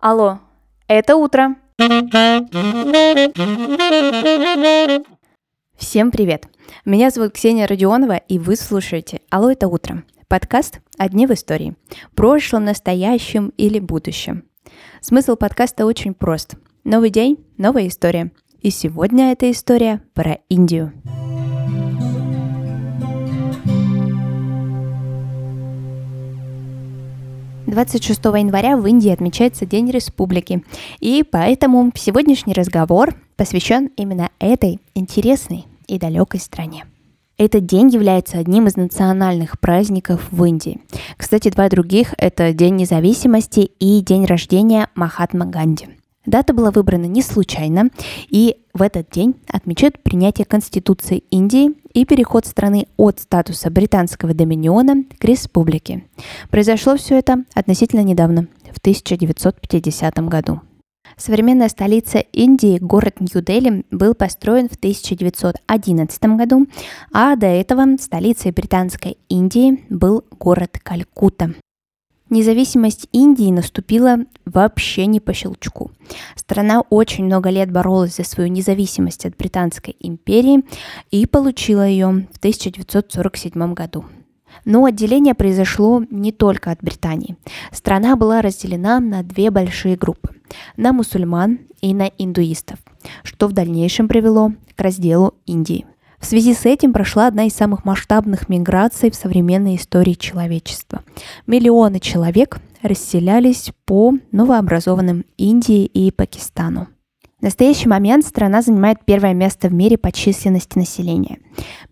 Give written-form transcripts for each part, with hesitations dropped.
Алло, это утро. Всем привет. Меня зовут Ксения Родионова, и вы слушаете «Алло, это утро» – подкаст «О дне в истории» – прошлом, настоящем или будущем. Смысл подкаста очень прост. Новый день – новая история. И сегодня эта история про Индию. «26 января в Индии отмечается День Республики, и поэтому сегодняшний разговор посвящен именно этой интересной и далекой стране. Этот день является одним из национальных праздников в Индии. Кстати, два других – это День независимости и день рождения Махатмы Ганди. Дата была выбрана не случайно, и в этот день отмечают принятие Конституции Индии и переход страны от статуса британского доминиона к республике. Произошло все это относительно недавно, в 1950 году. Современная столица Индии, город Нью-Дели, был построен в 1911 году, а до этого столицей британской Индии был город Калькутта. Независимость Индии наступила вообще не по щелчку. Страна очень много лет боролась за свою независимость от Британской империи и получила ее в 1947 году. Но отделение произошло не только от Британии. Страна была разделена на две большие группы – на мусульман и на индуистов, что в дальнейшем привело к разделу Индии. В связи с этим прошла одна из самых масштабных миграций в современной истории человечества. Миллионы человек расселялись по новообразованным Индии и Пакистану. В настоящий момент страна занимает первое место в мире по численности населения –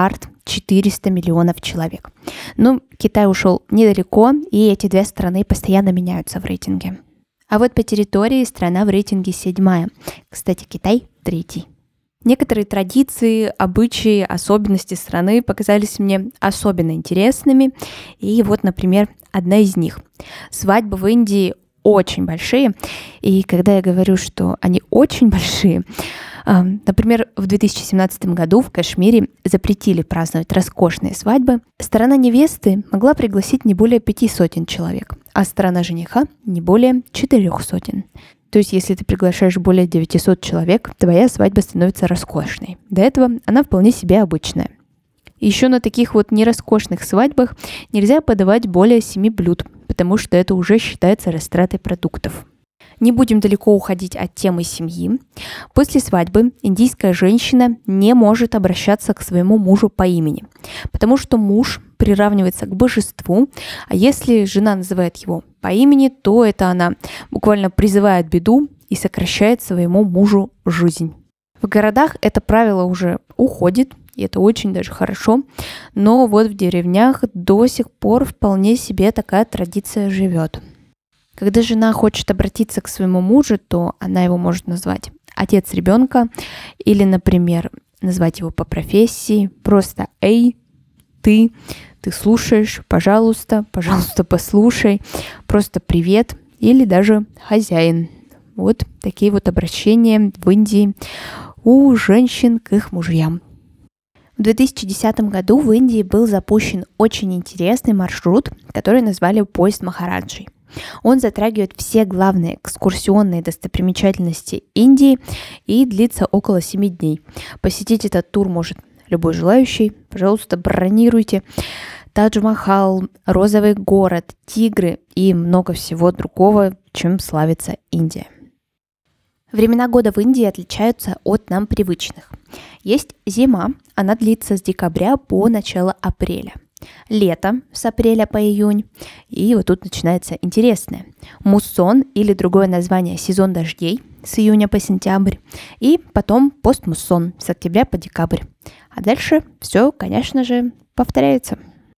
1,4 миллиарда человек. Но Китай ушел недалеко, и эти две страны постоянно меняются в рейтинге. А вот по территории страна в рейтинге 7-я. Кстати, Китай 3-й. Некоторые традиции, обычаи, особенности страны показались мне особенно интересными. И вот, например, одна из них. Свадьбы в Индии очень большие. И когда я говорю, что они очень большие, например, в 2017 году в Кашмире запретили праздновать роскошные свадьбы. Сторона невесты могла пригласить не более 500 человек, а сторона жениха не более 400. То есть, если ты приглашаешь более 900 человек, твоя свадьба становится роскошной. До этого она вполне себе обычная. Еще на таких вот нероскошных свадьбах нельзя подавать более 7 блюд, потому что это уже считается растратой продуктов. Не будем далеко уходить от темы семьи. После свадьбы индийская женщина не может обращаться к своему мужу по имени, потому что муж приравнивается к божеству, а если жена называет его по имени, то это она буквально призывает беду и сокращает своему мужу жизнь. В городах это правило уже уходит, и это очень даже хорошо, но вот в деревнях до сих пор вполне себе такая традиция живет. Когда жена хочет обратиться к своему мужу, то она его может назвать отец ребенка или, например, назвать его по профессии, просто «Эй, ты слушаешь, пожалуйста, послушай», просто «Привет» или даже «Хозяин». Вот такие вот обращения в Индии у женщин к их мужьям. В 2010 году в Индии был запущен очень интересный маршрут, который назвали «Поезд Махараджи». Он затрагивает все главные экскурсионные достопримечательности Индии и длится около 7 дней. Посетить этот тур может любой желающий. Пожалуйста, бронируйте. Тадж-Махал, Розовый город, тигры и много всего другого, чем славится Индия. Времена года в Индии отличаются от нам привычных. Есть зима, она длится с декабря по начало апреля. Лето с апреля по июнь. И вот тут начинается интересное. Муссон или другое название сезон дождей с июня по сентябрь. И потом постмуссон с октября по декабрь. А дальше все, конечно же, повторяется.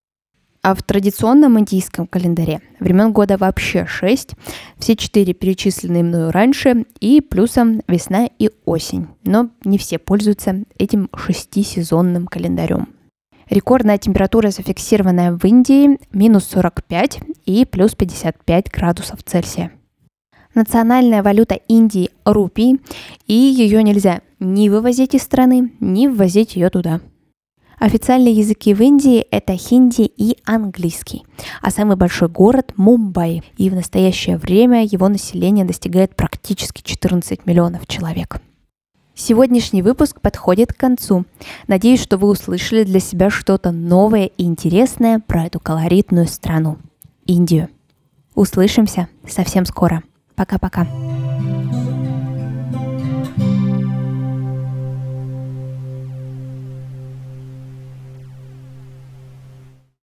А в традиционном индийском календаре времен года вообще 6, все 4 перечисленные мною раньше, и плюсом весна и осень. Но не все пользуются этим 6-сезонным календарем. Рекордная температура, зафиксированная в Индии, минус 45 и плюс 55 градусов Цельсия. Национальная валюта Индии – рупий, и ее нельзя ни вывозить из страны, ни ввозить ее туда. Официальные языки в Индии – это хинди и английский, а самый большой город – Мумбаи, и в настоящее время его население достигает практически 14 миллионов человек. Сегодняшний выпуск подходит к концу. Надеюсь, что вы услышали для себя что-то новое и интересное про эту колоритную страну – Индию. Услышимся совсем скоро. Пока-пока.